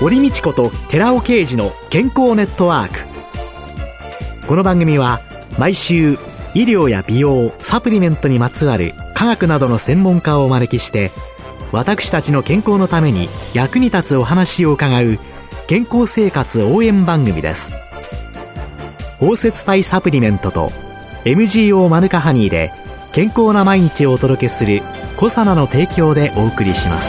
堀道子と寺尾啓二の健康ネットワーク。この番組は毎週医療や美容、サプリメントにまつわる科学などの専門家をお招きして、私たちの健康のために役に立つお話を伺う健康生活応援番組です。包摂体サプリメントと MGO マヌカハニーで健康な毎日をお届けするコサナの提供でお送りします。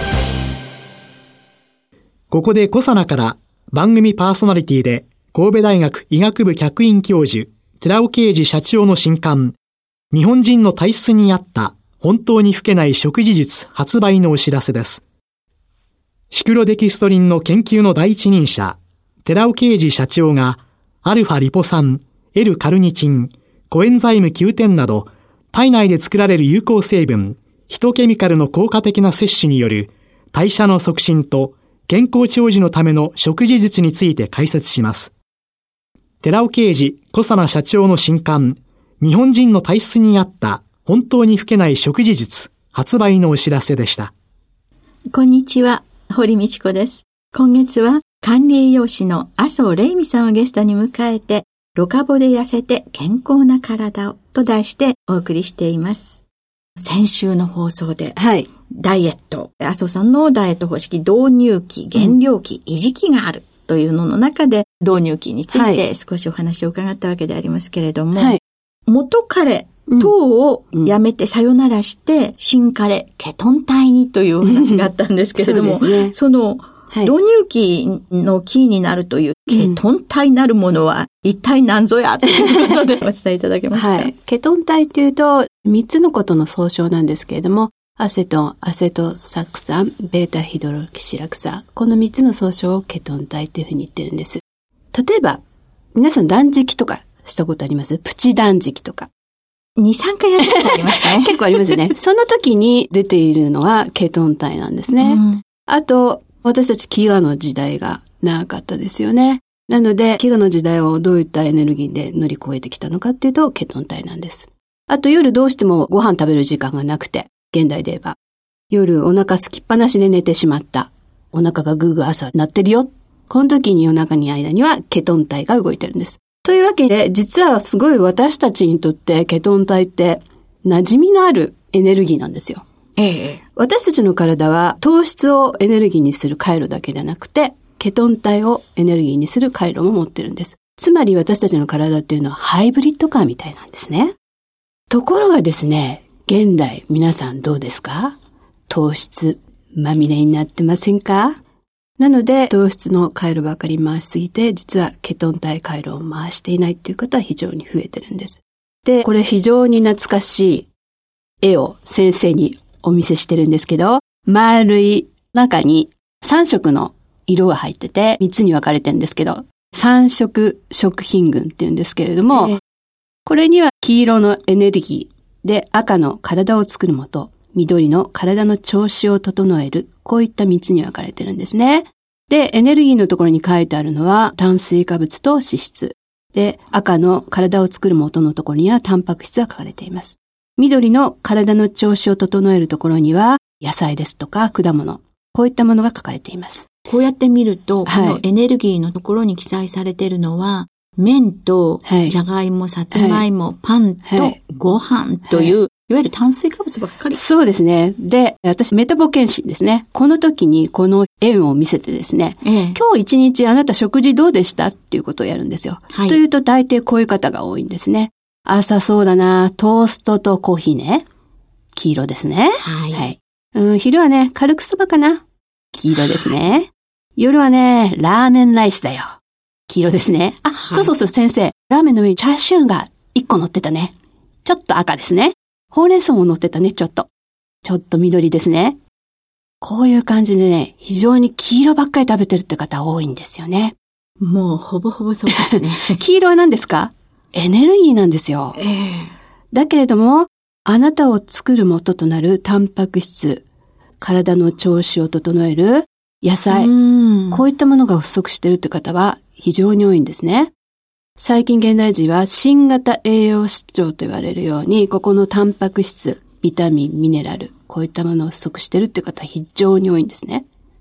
ここでコサナから番組パーソナリティで神戸大学医学部客員教授寺尾啓二社長の新刊、日本人の体質に合った本当に老けない食事術発売のお知らせです。シクロデキストリンの研究の第一人者寺尾啓二社長がアルファリポ酸、L カルニチン、コエンザイム Q10 など体内で作られる有効成分、ヒトケミカルの効果的な摂取による代謝の促進と健康長寿のための食事術について解説します。寺尾啓二、コサナ社長の新刊、日本人の体質に合った本当に老けない食事術発売のお知らせでした。 こんにちは、堀道子です。今月は管理栄養士の麻生玲美さんをゲストに迎えて、ロカボで痩せて健康な体をと題してお送りしています。先週の放送で、ダイエット、麻生さんのダイエット方式、導入期、減量期、維持期があるというのの中で、導入期について少しお話を伺ったわけでありますけれども、元彼等をやめてさよならして、新彼、ケトン体にというお話があったんですけれども、その導入期のキーになるというケトン体なるものは一体何ぞやということでお伝えいただけますか。 ケトン体というと3つのことの総称なんですけれども、アセトン、アセトサク酸、ベータヒドロキシラク酸、この3つの総称をケトン体というふうに言ってるんです。例えば皆さん断食とかしたことあります？プチ断食とか。 2、3回やったことありましたね。 結構ありますよね。その時に出ているのはケトン体なんですね。あと、私たち飢餓の時代が長かったですよね。なので、飢餓の時代をどういったエネルギーで乗り越えてきたのかっていうと、ケトン体なんです。あと、夜どうしてもご飯食べる時間がなくて、現代で言えば、夜お腹すきっぱなしで寝てしまった。お腹がグーグー朝鳴ってるよ。この時に夜中に間にはケトン体が動いてるんです。というわけで、実はすごい私たちにとってケトン体って馴染みのあるエネルギーなんですよ。私たちの体は糖質をエネルギーにする回路だけでなくて、ケトン体をエネルギーにする回路も持ってるんです。つまり私たちの体っていうのはハイブリッドカーみたいなんですね。ところがですね、現代皆さんどうですか？糖質まみれになってませんか？なので糖質の回路ばかり回しすぎて、実はケトン体回路を回していないっていう方は非常に増えてるんです。で、これ非常に懐かしい絵を先生にお見せしてるんですけど、丸い中に3色の色が入ってて3つに分かれてるんですけど、3色食品群っていうんですけれども、これには黄色のエネルギーで、赤の体を作るもと、緑の体の調子を整える、こういった3つに分かれてるんですね。で、エネルギーのところに書いてあるのは炭水化物と脂質。で、赤の体を作る元のところにはタンパク質が書かれています。緑の体の調子を整えるところには野菜ですとか果物、こういったものが書かれています。 こうやって見ると、このエネルギーのところに記載されているのは、麺とじゃがいも、さつまいも、パンとご飯という、いわゆる炭水化物ばっかり。 そうですね。で、私メタボ検診ですね。この時にこの円を見せてですね、今日一日あなた食事どうでしたっていうことをやるんですよ。というと大抵こういう方が多いんですね。朝そうだな、トーストとコーヒーね。黄色ですね。昼はね、軽くそばかな。黄色ですね。夜はね、ラーメンライスだよ。黄色ですね。そう先生。ラーメンの上にチャーシューが1個乗ってたね。ちょっと赤ですね。ほうれん草も乗ってたね、ちょっと緑ですね。こういう感じでね、非常に黄色ばっかり食べてるって方多いんですよね。 もうほぼほぼそうですね。 黄色は何ですか？エネルギーなんですよ。だけれども、あなたを作る元となるタンパク質、体の調子を整える野菜、こういったものが不足しているって方は非常に多いんですね。最近現代人は新型栄養失調と言われるように、ここのタンパク質、ビタミン、ミネラル、こういったものを不足しているって方は非常に多いんですね。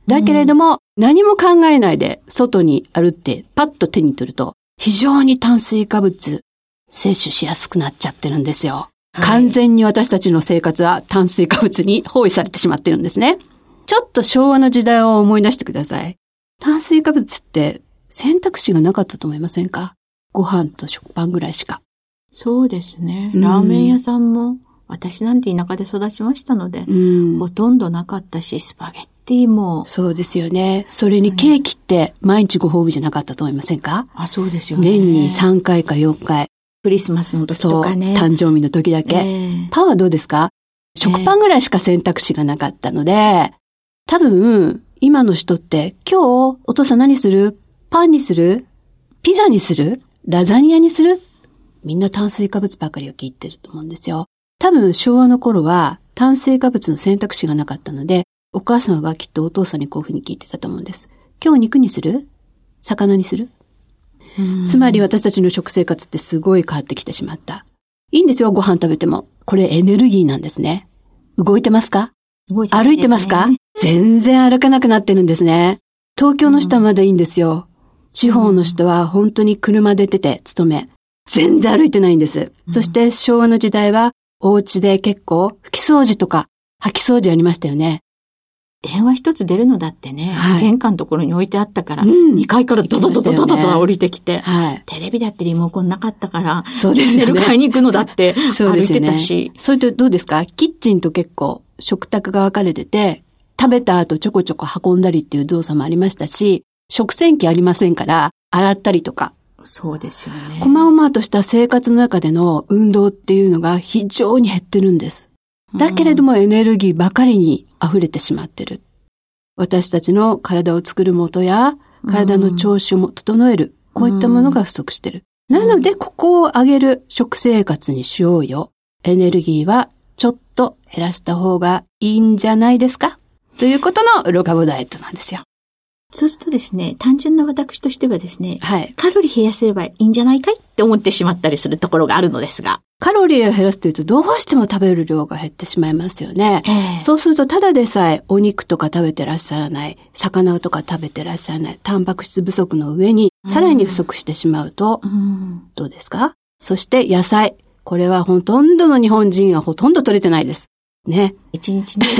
だけれども、何も考えないで外に歩ってパッと手に取ると、非常に炭水化物摂取しやすくなっちゃってるんですよ。完全に私たちの生活は炭水化物に包囲されてしまってるんですね。ちょっと昭和の時代を思い出してください。炭水化物って選択肢がなかったと思いませんか？ご飯と食パンぐらいしか。 そうですね。ラーメン屋さんも、私なんて田舎で育ちましたので、ほとんどなかったし、スパゲッティも。 そうですよね。それにケーキって毎日ご褒美じゃなかったと思いませんか？ そうですよね。 年に3回か4回。 クリスマスの時とかね。 そう、誕生日の時だけ。パンはどうですか？食パンぐらいしか選択肢がなかったので、多分、今の人って、今日、お父さん何する？パンにする？ピザにする？ラザニアにする？みんな炭水化物ばかりを聞いてると思うんですよ。多分、昭和の頃は、炭水化物の選択肢がなかったので、お母さんはきっとお父さんにこういうふうに聞いてたと思うんです。今日肉にする？魚にする？つまり私たちの食生活ってすごい変わってきてしまった。いいんですよ、ご飯食べても。これエネルギーなんですね。動いてますか？歩いてますか？全然歩かなくなってるんですね。東京の人はまだいいんですよ。地方の人は本当に車出てて勤め。全然歩いてないんです。そして昭和の時代はお家で結構拭き掃除とか掃き掃除ありましたよね。 電話一つ出るのだってね、玄関のところに置いてあったから、2階からドドドドドドド降りてきて、テレビだってリモコンなかったから、 そうですよね。 買いに行くのだって歩いてたし。 それとどうですか？キッチンと結構食卓が分かれてて、食べた後ちょこちょこ運んだりっていう動作もありましたし、食洗機ありませんから、洗ったりとか。 そうですよね。 細々とした生活の中での運動っていうのが非常に減ってるんです。だけれどもエネルギーばかりに溢れてしまってる。私たちの体を作る元や体の調子を整える、こういったものが不足してる。なのでここを上げる食生活にしようよ。エネルギーはちょっと減らした方がいいんじゃないですかということのロカボダイエットなんですよ。 そうするとですね、単純な私としてはですね、カロリー減らせればいいんじゃないかいって思ってしまったりするところがあるのですが。 カロリーを減らすというとどうしても食べる量が減ってしまいますよね。そうするとただでさえお肉とか食べてらっしゃらない、魚とか食べてらっしゃらない、タンパク質不足の上にさらに不足してしまうと、どうですか？そして野菜。これはほとんどの日本人はほとんど取れてないです。ね。 1日に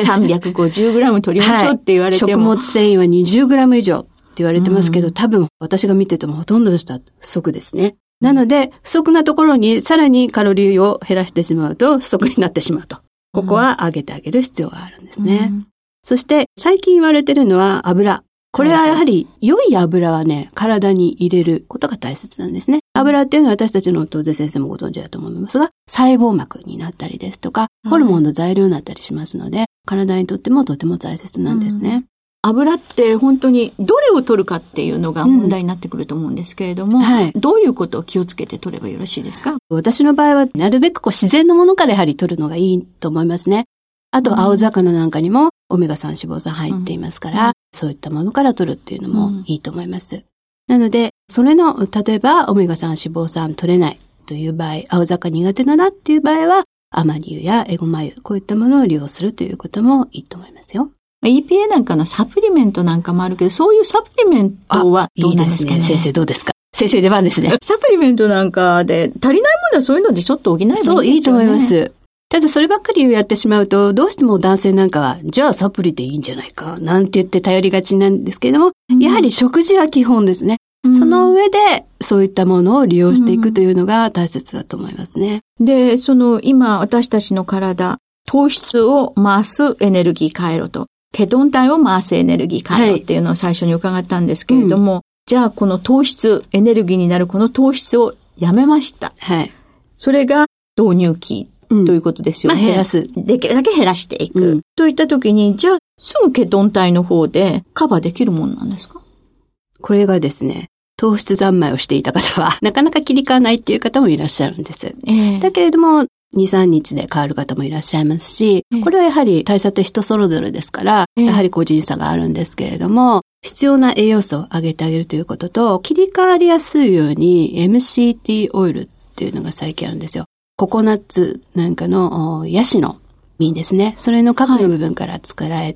350g 取りましょうって言われても。 食物繊維は 20g 以上って言われてますけど、多分私が見ててもほとんどの人は不足ですね。なので、不足なところにさらにカロリーを減らしてしまうと不足になってしまうと。ここは上げてあげる必要があるんですね。そして最近言われてるのは油。これはやはり良い油はね、体に入れることが大切なんですね。油っていうのは私たちの当然先生もご存知だと思いますが、細胞膜になったりですとか、ホルモンの材料になったりしますので、体にとってもとても大切なんですね。 油って本当にどれを取るかっていうのが問題になってくると思うんですけれども、どういうことを気をつけて取ればよろしいですか？ 私の場合はなるべく自然のものからやはり取るのがいいと思いますね。あと青魚なんかにもオメガ3脂肪酸入っていますから、そういったものから取るっていうのもいいと思います。なので、それの、例えばオメガ3脂肪酸取れないという場合、青魚苦手だなっていう場合は、アマニ油やエゴマ油、こういったものを利用するということもいいと思いますよ。 EPA なんかのサプリメントなんかもあるけど、そういうサプリメントはどうなんですかね？ いいですね。先生どうですか？先生出番ですね。 サプリメントなんかで足りないものはそういうのでちょっと補えばいいんですよね。 そう、いいと思います。ただそればっかりやってしまうと、どうしても男性なんかは、じゃあサプリでいいんじゃないか、なんて言って頼りがちなんですけれども、やはり食事は基本ですね。その上で、そういったものを利用していくというのが大切だと思いますね。 で、今私たちの体、糖質を回すエネルギー回路と、ケトン体を回すエネルギー回路っていうのを最初に伺ったんですけれども、じゃあこの糖質、エネルギーになるこの糖質をやめました。それが導入期。ということですよね。 減らす。 できるだけ減らしていく。といったときに、じゃあすぐケトン体の方でカバーできるものなんですか？ これがですね、糖質三昧をしていた方は、なかなか切り替わらないっていう方もいらっしゃるんです。だけれども、2、3日で変わる方もいらっしゃいますし、これはやはり代謝って人それぞれですから、やはり個人差があるんですけれども、必要な栄養素を上げてあげるということと、切り替わりやすいように MCT オイルっていうのが最近あるんですよ。ココナッツなんかのヤシの実ですね。それの核の部分から作られた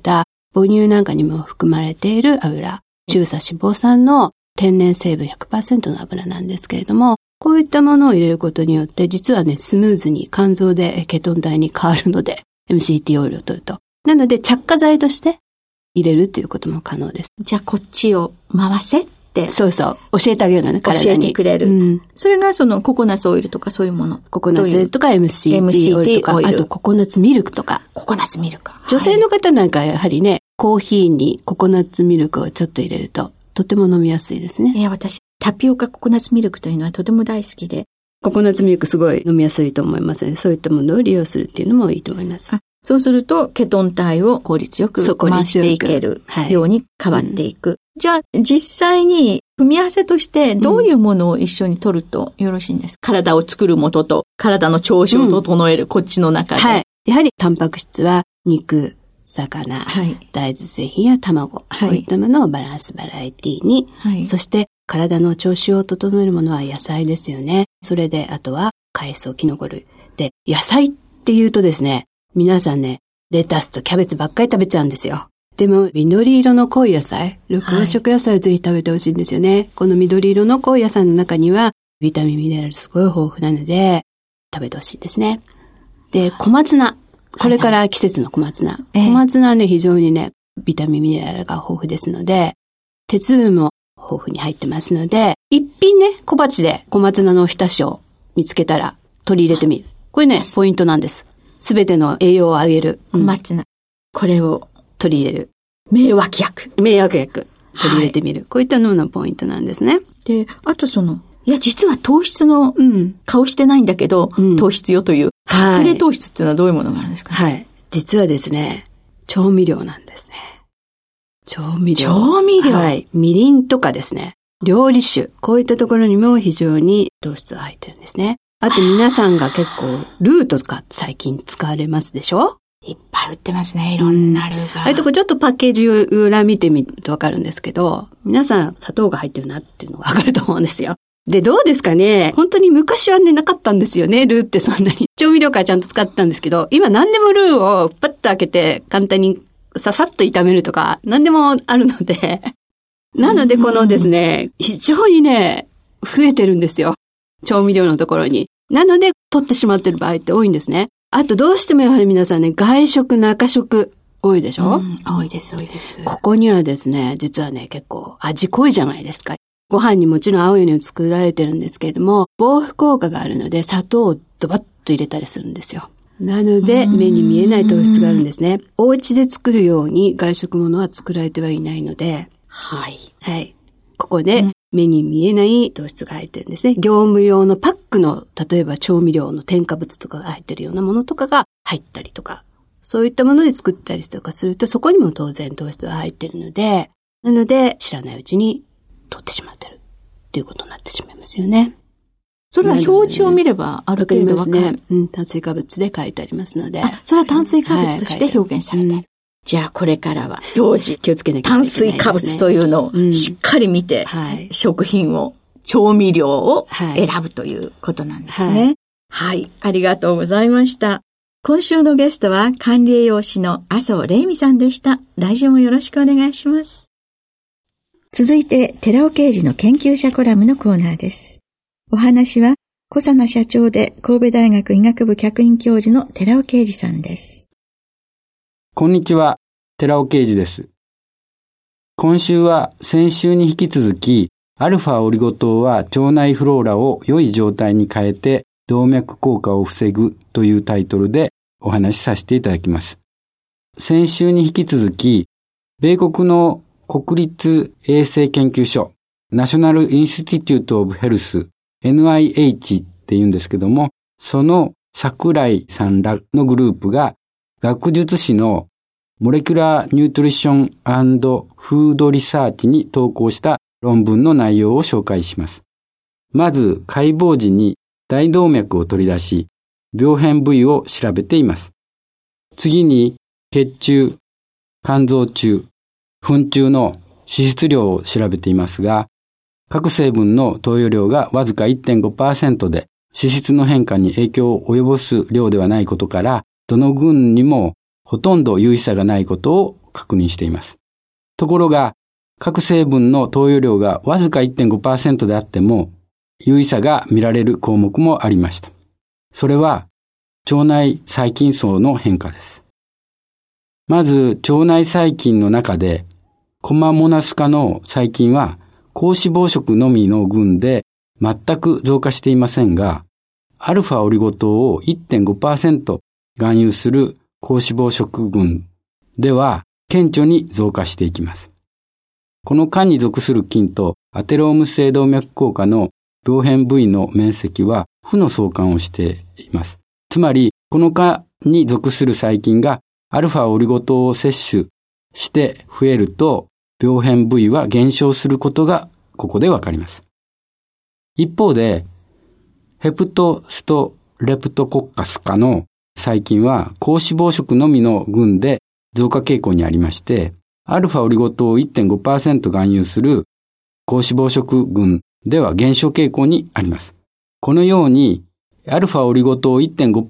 母乳なんかにも含まれている油、中鎖脂肪酸の天然成分 100% の油なんですけれども、こういったものを入れることによって、実はね、スムーズに肝臓でケトン体に変わるので、MCT オイルを取ると。なので、着火剤として入れるということも可能です。 じゃあ、こっちを回せって。 そうそう。教えてあげるのね、体に。 教えてくれる。それがそのココナッツオイルとかそういうもの。 ココナッツオイルとか MCT オイルとか、あとココナッツミルクとか。 ココナッツミルク。 女性の方なんかやはりね、コーヒーにココナッツミルクをちょっと入れると、とても飲みやすいですね。 いや、私、タピオカココナッツミルクというのはとても大好きで。 ココナッツミルクすごい飲みやすいと思いますので、そういったものを利用するっていうのもいいと思います。 そうすると、ケトン体を効率よく回していけるように変わっていく。じゃあ、実際に組み合わせとしてどういうものを一緒に取るとよろしいんですか？体を作るもとと、体の調子を整える、こっちの中で。はい。 やはり、タンパク質は肉、魚、大豆製品や卵、こういったものをバランスバラエティに、そして体の調子を整えるものは野菜ですよね。それで、あとは海藻、キノコ類。で、野菜って言うとですね、皆さんね、レタスとキャベツばっかり食べちゃうんですよ。でも、緑色の濃い野菜、緑黄色野菜をぜひ食べてほしいんですよね。この緑色の濃い野菜の中には、ビタミン、ミネラルすごい豊富なので、食べてほしいですね。で、小松菜。これから季節の小松菜。小松菜はね、非常にね、ビタミン、ミネラルが豊富ですので、鉄分も豊富に入ってますので、一品ね、小鉢で小松菜のおひたしを見つけたら取り入れてみる。これね、ポイントなんです。すべての栄養を上げる。 小松菜。これを取り入れる。 名脇役。 名脇役。取り入れてみる。こういったののポイントなんですね。 で、あといや、実は糖質の顔してないんだけど、糖質よという、隠れ糖質っていうのはどういうものがあるんですか？ はい。実はですね、調味料なんですね。調味料。はい。みりんとかですね、料理酒。こういったところにも非常に糖質が入ってるんですね。あと皆さんが結構、ルーとか最近使われますでしょ？ いっぱい売ってますね。いろんなルーが。 ああいうとこちょっとパッケージ裏見てみるとわかるんですけど、皆さん砂糖が入ってるなっていうのがわかると思うんですよ。で、どうですかね？本当に昔はね、なかったんですよね。ルーってそんなに。調味料からちゃんと使ってたんですけど、今何でもルーをパッと開けて簡単にささっと炒めるとか、何でもあるので。なのでこのですね、非常にね、増えてるんですよ。調味料のところに。なので、取ってしまってる場合って多いんですね。あとどうしてもやはり皆さんね、外食、中食多いでしょ？ 多いです、多いです。 ここにはですね、実はね、結構味濃いじゃないですか。ご飯にもちろん合うように作られてるんですけれども、防腐効果があるので砂糖をドバッと入れたりするんですよ。なので目に見えない糖質があるんですね。お家で作るように外食物は作られてはいないので、 はい。 はい。ここで目に見えない糖質が入ってるんですね。業務用のパックの、例えば調味料の添加物とかが入ってるようなものとかが入ったりとか、そういったもので作ったりとかすると、そこにも当然糖質が入ってるので、なので知らないうちに取ってしまってるっていうことになってしまいますよね。 それは表示を見ればある程度わかる。 ね。炭水化物で書いてありますので。 それは炭水化物として表現されている。じゃあこれからは当時気をつけなきゃいけないですね。 炭水化物というのをしっかり見て、食品を、調味料を選ぶということなんですね。はい、ありがとうございました。今週のゲストは管理栄養士の麻生玲美さんでした。来週もよろしくお願いします。続いて、寺尾啓二の研究者コラムのコーナーです。お話は、小佐奈社長で神戸大学医学部客員教授の寺尾啓二さんです。 こんにちは、寺尾啓二です。今週は先週に引き続き、アルファオリゴ糖は腸内フローラを良い状態に変えて動脈硬化を防ぐというタイトルでお話しさせていただきます。先週に引き続き、米国の国立衛生研究所、ナショナルインスティテュートオブヘルス、NIH って言うんですけども、その桜井さんらのグループが学術誌のモレキュラーニュートリション&フードリサーチに投稿した論文の内容を紹介します。まず、解剖時に大動脈を取り出し、病変部位を調べています。次に、血中、肝臓中、糞中の脂質量を調べていますが、各成分の投与量がわずか 1.5% で、脂質の変化に影響を及ぼす量ではないことから、どの群にもほとんど有意差がないことを確認しています。ところが、各成分の投与量がわずか 1.5% であっても、有意差が見られる項目もありました。それは、腸内細菌層の変化です。まず、腸内細菌の中で、コマモナス科の細菌は、高脂肪食のみの群で全く増加していませんが、アルファオリゴ糖を 1.5% 含有する高脂肪食群では顕著に増加していきます。この科に属する菌とアテローム性動脈硬化の病変部位の面積は負の相関をしています。つまり、この科に属する細菌がアルファオリゴ糖を摂取して増えると、病変部位は減少することがここでわかります。一方で、ヘプトストレプトコッカス科の細菌は高脂肪食のみの群で増加傾向にありまして、アルファオリゴ糖を 1.5% 含有する高脂肪食群では減少傾向にあります。このように、アルファオリゴ糖を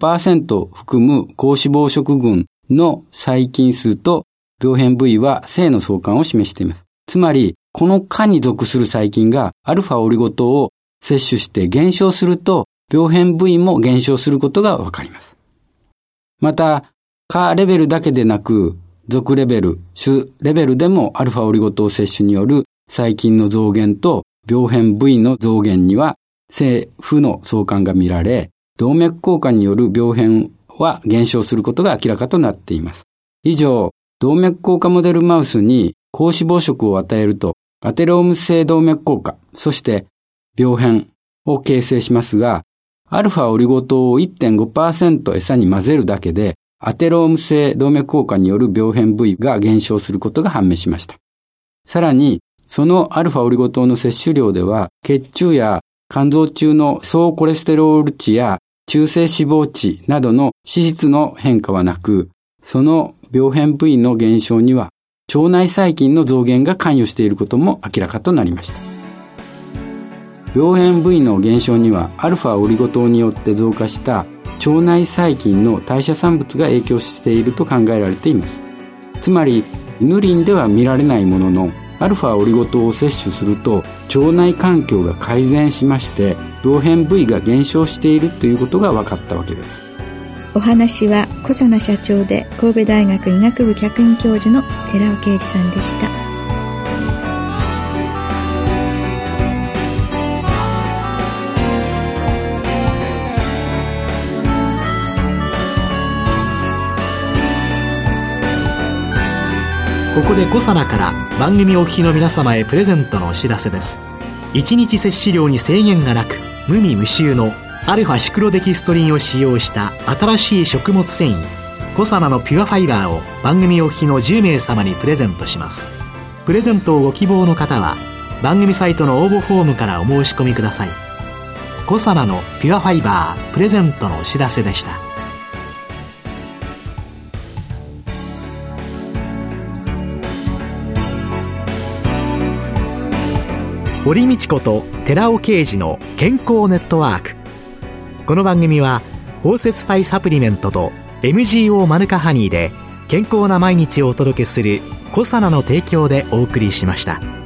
1.5% 含む高脂肪食群の細菌数と病変部位は正の相関を示しています。つまり、この科に属する細菌がアルファオリゴ糖を摂取して減少すると、病変部位も減少することがわかります。また、科レベルだけでなく、属レベル、種レベルでもアルファオリゴ糖摂取による細菌の増減と病変部位の増減には正負の相関が見られ、動脈硬化による病変は減少することが明らかとなっています。以上、動脈硬化モデルマウスに高脂肪食を与えると、アテローム性動脈硬化、そして病変を形成しますが、アルファオリゴ糖を 1.5% 餌に混ぜるだけで、アテローム性動脈硬化による病変部位が減少することが判明しました。さらに、そのアルファオリゴ糖の摂取量では、血中や肝臓中の総コレステロール値や中性脂肪値などの脂質の変化はなく、その病変部位の減少には腸内細菌の増減が関与していることも明らかとなりました。病変部位の減少にはアルファオリゴ糖によって増加した腸内細菌の代謝産物が影響していると考えられています。つまり、イヌリンでは見られないものの、アルファオリゴ糖を摂取すると腸内環境が改善しまして、病変部位が減少しているということが分かったわけです。 お話は小佐奈社長で神戸大学医学部客員教授の寺尾啓二さんでした。 ここでコサナから番組お聞きの皆様へプレゼントのお知らせです。1日摂取量に制限がなく、無味無臭のアルファシクロデキストリンを使用した新しい食物繊維コサナのピュアファイバーを番組お聞きの10名様にプレゼントします。プレゼントをご希望の方は番組サイトの応募フォームからお申し込みください。コサナのピュアファイバープレゼントのお知らせでした。堀道子と寺尾啓二の健康ネットワーク。この番組は包摂体サプリメントと MGO マヌカハニーで健康な毎日をお届けするコサナの提供でお送りしました。